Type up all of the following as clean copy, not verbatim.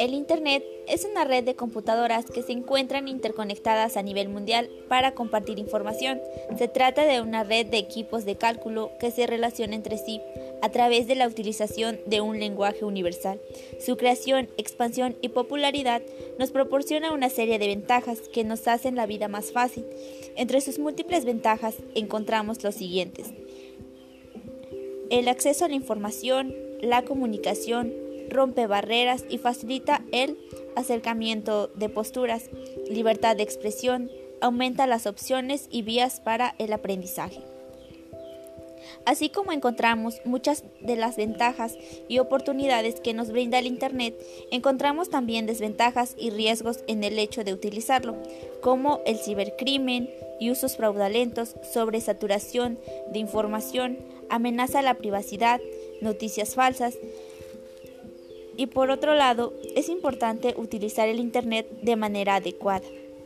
El Internet es una red de computadoras que se encuentran interconectadas a nivel mundial para compartir información. Se trata de una red de equipos de cálculo que se relacionan entre sí a través de la utilización de un lenguaje universal. Su creación, expansión y popularidad nos proporciona una serie de ventajas que nos hacen la vida más fácil. Entre sus múltiples ventajas encontramos los siguientes: el acceso a la información, la comunicación, rompe barreras y facilita el acercamiento de posturas, libertad de expresión, aumenta las opciones y vías para el aprendizaje. Así como encontramos muchas de las ventajas y oportunidades que nos brinda el Internet, encontramos también desventajas y riesgos en el hecho de utilizarlo, como el cibercrimen y usos fraudulentos, sobresaturación de información, amenaza a la privacidad, noticias falsas. Y por otro lado, es importante utilizar el Internet de manera adecuada.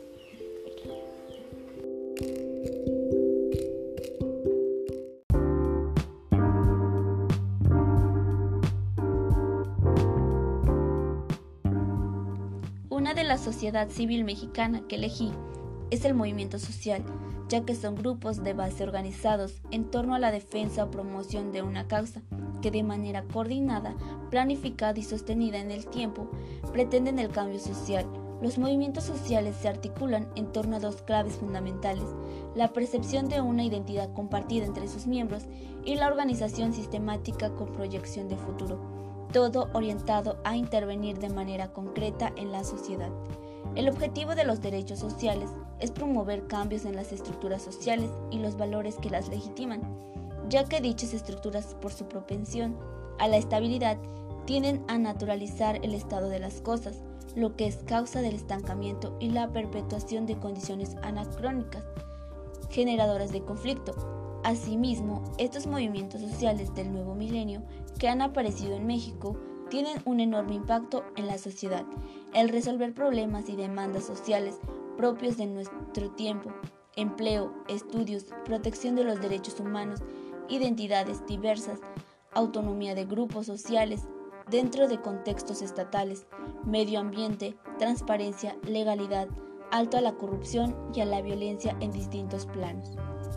Una de la sociedad civil mexicana que elegí es el movimiento social, ya que son grupos de base organizados en torno a la defensa o promoción de una causa, que de manera coordinada, planificada y sostenida en el tiempo, pretenden el cambio social. Los movimientos sociales se articulan en torno a dos claves fundamentales: la percepción de una identidad compartida entre sus miembros y la organización sistemática con proyección de futuro, todo orientado a intervenir de manera concreta en la sociedad. El objetivo de los derechos sociales es promover cambios en las estructuras sociales y los valores que las legitiman, ya que dichas estructuras, por su propensión a la estabilidad, tienden a naturalizar el estado de las cosas, lo que es causa del estancamiento y la perpetuación de condiciones anacrónicas, generadoras de conflicto. Asimismo, estos movimientos sociales del nuevo milenio que han aparecido en México tienen un enorme impacto en la sociedad. El resolver problemas y demandas sociales propios de nuestro tiempo, empleo, estudios, protección de los derechos humanos, identidades diversas, autonomía de grupos sociales dentro de contextos estatales, medio ambiente, transparencia, legalidad, alto a la corrupción y a la violencia en distintos planos.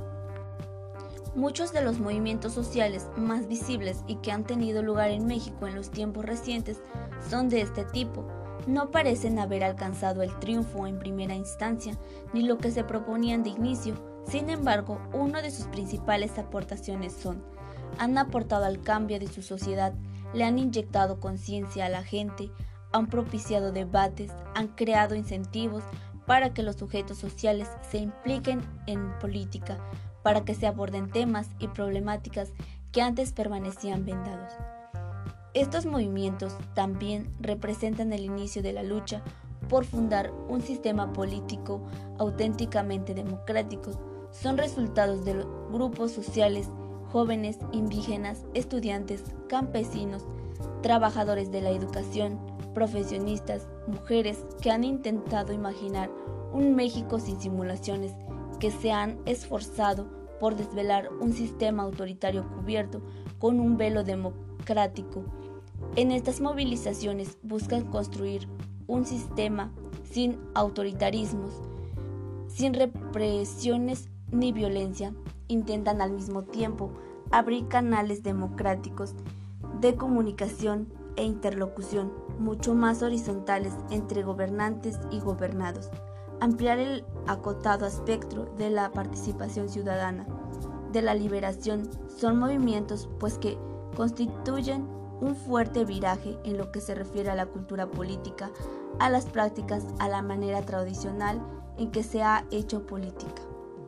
Muchos de los movimientos sociales más visibles y que han tenido lugar en México en los tiempos recientes son de este tipo. No parecen haber alcanzado el triunfo en primera instancia, ni lo que se proponían de inicio. Sin embargo, una de sus principales aportaciones han aportado al cambio de su sociedad, le han inyectado conciencia a la gente, han propiciado debates, han creado incentivos para que los sujetos sociales se impliquen en política, para que se aborden temas y problemáticas que antes permanecían vendados. Estos movimientos también representan el inicio de la lucha por fundar un sistema político auténticamente democrático. Son resultados de los grupos sociales, jóvenes, indígenas, estudiantes, campesinos, trabajadores de la educación, profesionistas, mujeres que han intentado imaginar un México sin simulaciones, que se han esforzado por desvelar un sistema autoritario cubierto con un velo democrático. En estas movilizaciones buscan construir un sistema sin autoritarismos, sin represiones ni violencia. Intentan al mismo tiempo abrir canales democráticos de comunicación e interlocución mucho más horizontales entre gobernantes y gobernados, ampliar el acotado espectro de la participación ciudadana, de la liberación. Son movimientos pues que constituyen un fuerte viraje en lo que se refiere a la cultura política, a las prácticas, a la manera tradicional en que se ha hecho política.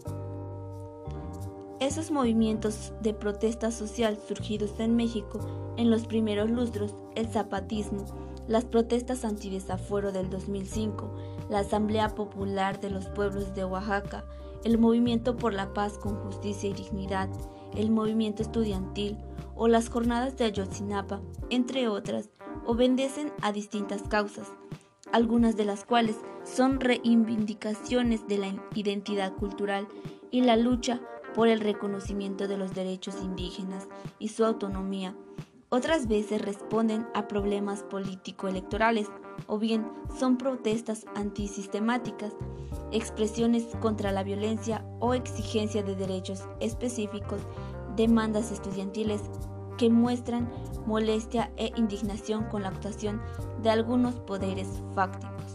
Esos movimientos de protesta social surgidos en México en los primeros lustros, el zapatismo, las protestas antidesafuero del 2005, la Asamblea Popular de los Pueblos de Oaxaca, el Movimiento por la Paz con Justicia y Dignidad, el Movimiento Estudiantil o las Jornadas de Ayotzinapa, entre otras, obedecen a distintas causas, algunas de las cuales son reivindicaciones de la identidad cultural y la lucha por el reconocimiento de los derechos indígenas y su autonomía, Otras veces responden a problemas político-electorales o bien son protestas antisistemáticas, expresiones contra la violencia o exigencia de derechos específicos, demandas estudiantiles que muestran molestia e indignación con la actuación de algunos poderes fácticos.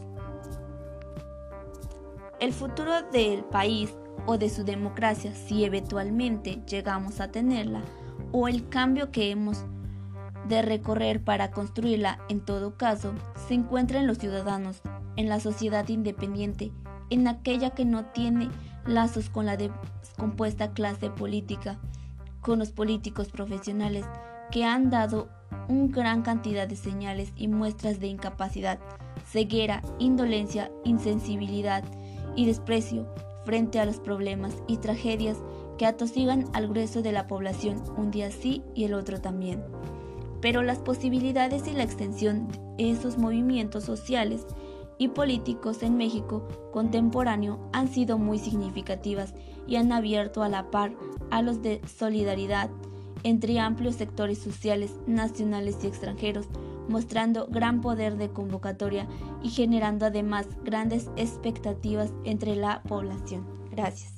El futuro del país o de su democracia, si eventualmente llegamos a tenerla, o el cambio que hemos de recorrer para construirla, en todo caso, se encuentra en los ciudadanos, en la sociedad independiente, en aquella que no tiene lazos con la descompuesta clase política, con los políticos profesionales que han dado una gran cantidad de señales y muestras de incapacidad, ceguera, indolencia, insensibilidad y desprecio frente a los problemas y tragedias que atosigan al grueso de la población un día sí y el otro también. Pero las posibilidades y la extensión de esos movimientos sociales y políticos en México contemporáneo han sido muy significativas y han abierto a la par a los de solidaridad entre amplios sectores sociales nacionales y extranjeros, mostrando gran poder de convocatoria y generando además grandes expectativas entre la población. Gracias.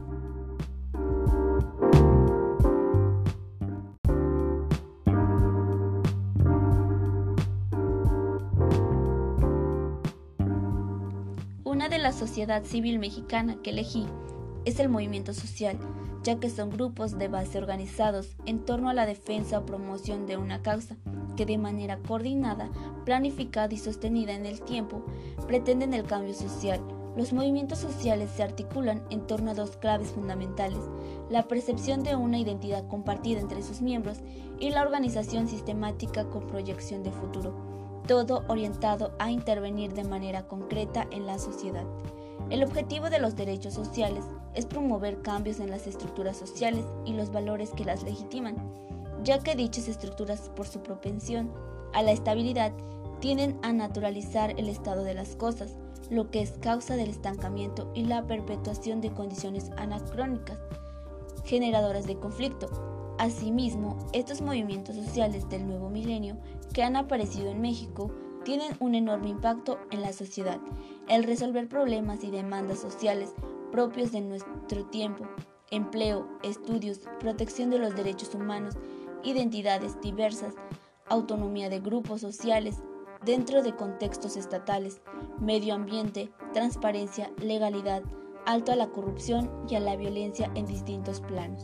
Una de la sociedad civil mexicana que elegí es el movimiento social, ya que son grupos de base organizados en torno a la defensa o promoción de una causa, que de manera coordinada, planificada y sostenida en el tiempo, pretenden el cambio social. Los movimientos sociales se articulan en torno a dos claves fundamentales: la percepción de una identidad compartida entre sus miembros y la organización sistemática con proyección de futuro, todo orientado a intervenir de manera concreta en la sociedad. El objetivo de los derechos sociales es promover cambios en las estructuras sociales y los valores que las legitiman, ya que dichas estructuras, por su propensión a la estabilidad, tienden a naturalizar el estado de las cosas, lo que es causa del estancamiento y la perpetuación de condiciones anacrónicas, generadoras de conflicto. Asimismo, estos movimientos sociales del nuevo milenio que han aparecido en México tienen un enorme impacto en la sociedad, el resolver problemas y demandas sociales propios de nuestro tiempo: empleo, estudios, protección de los derechos humanos, identidades diversas, autonomía de grupos sociales dentro de contextos estatales, medio ambiente, transparencia, legalidad, alto a la corrupción y a la violencia en distintos planos.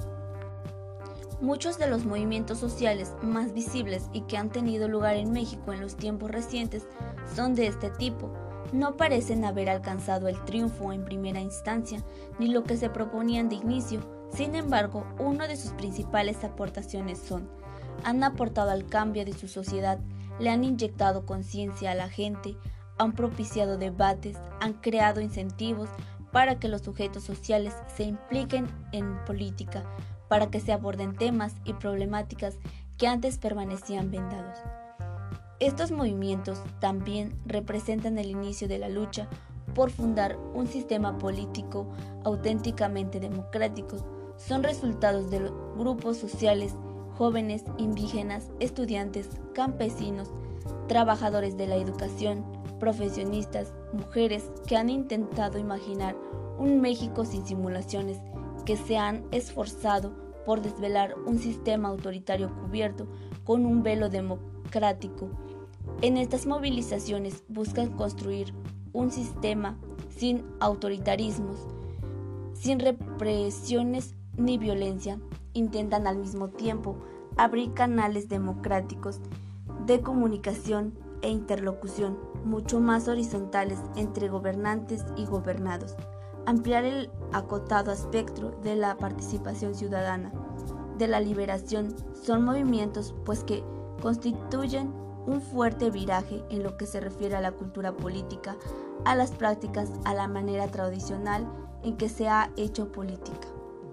Muchos de los movimientos sociales más visibles y que han tenido lugar en México en los tiempos recientes son de este tipo. No parecen haber alcanzado el triunfo en primera instancia, ni lo que se proponían de inicio. Sin embargo, una de sus principales aportaciones han aportado al cambio de su sociedad, le han inyectado conciencia a la gente, han propiciado debates, han creado incentivos para que los sujetos sociales se impliquen en política, para que se aborden temas y problemáticas que antes permanecían vendados. Estos movimientos también representan el inicio de la lucha por fundar un sistema político auténticamente democrático. Son resultados de los grupos sociales, jóvenes, indígenas, estudiantes, campesinos, trabajadores de la educación, profesionistas, mujeres que han intentado imaginar un México sin simulaciones, que se han esforzado por desvelar un sistema autoritario cubierto con un velo democrático. En estas movilizaciones buscan construir un sistema sin autoritarismos, sin represiones ni violencia. Intentan al mismo tiempo abrir canales democráticos de comunicación e interlocución mucho más horizontales entre gobernantes y gobernados, ampliar el acotado espectro de la participación ciudadana, de la liberación. Son movimientos pues que constituyen un fuerte viraje en lo que se refiere a la cultura política, a las prácticas, a la manera tradicional en que se ha hecho política.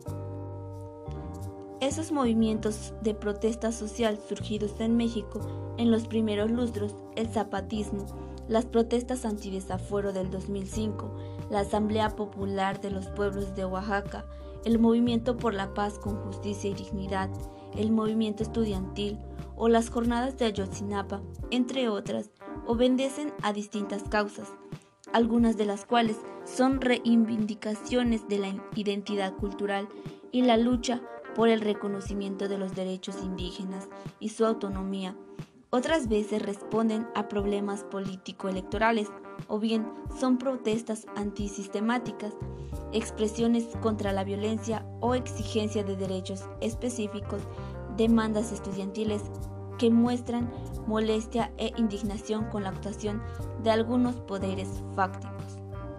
Esos movimientos de protesta social surgidos en México en los primeros lustros, el zapatismo, las protestas antidesafuero del 2005, la Asamblea Popular de los Pueblos de Oaxaca, el Movimiento por la Paz con Justicia y Dignidad, el movimiento estudiantil o las jornadas de Ayotzinapa, entre otras, obedecen a distintas causas, algunas de las cuales son reivindicaciones de la identidad cultural y la lucha por el reconocimiento de los derechos indígenas y su autonomía. Otras veces responden a problemas político-electorales o bien son protestas antisistemáticas, expresiones contra la violencia o exigencia de derechos específicos, demandas estudiantiles que muestran molestia e indignación con la actuación de algunos poderes fácticos.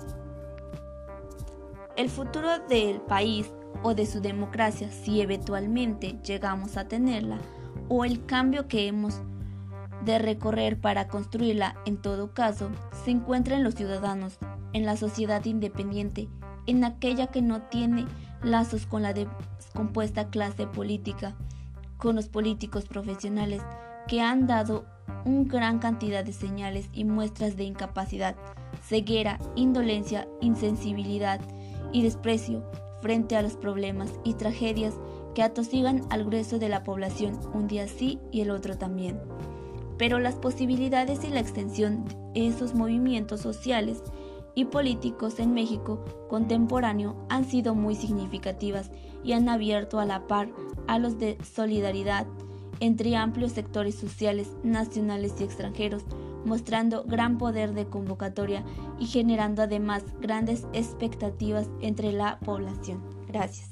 El futuro del país o de su democracia, si eventualmente llegamos a tenerla, o el cambio que hemos de recorrer para construirla, en todo caso, se encuentra en los ciudadanos, en la sociedad independiente, en aquella que no tiene lazos con la descompuesta clase política, con los políticos profesionales que han dado una gran cantidad de señales y muestras de incapacidad, ceguera, indolencia, insensibilidad y desprecio frente a los problemas y tragedias que atosigan al grueso de la población un día sí y el otro también. Pero las posibilidades y la extensión de esos movimientos sociales y políticos en México contemporáneo han sido muy significativas y han abierto a la par a los de solidaridad entre amplios sectores sociales nacionales y extranjeros, mostrando gran poder de convocatoria y generando además grandes expectativas entre la población. Gracias.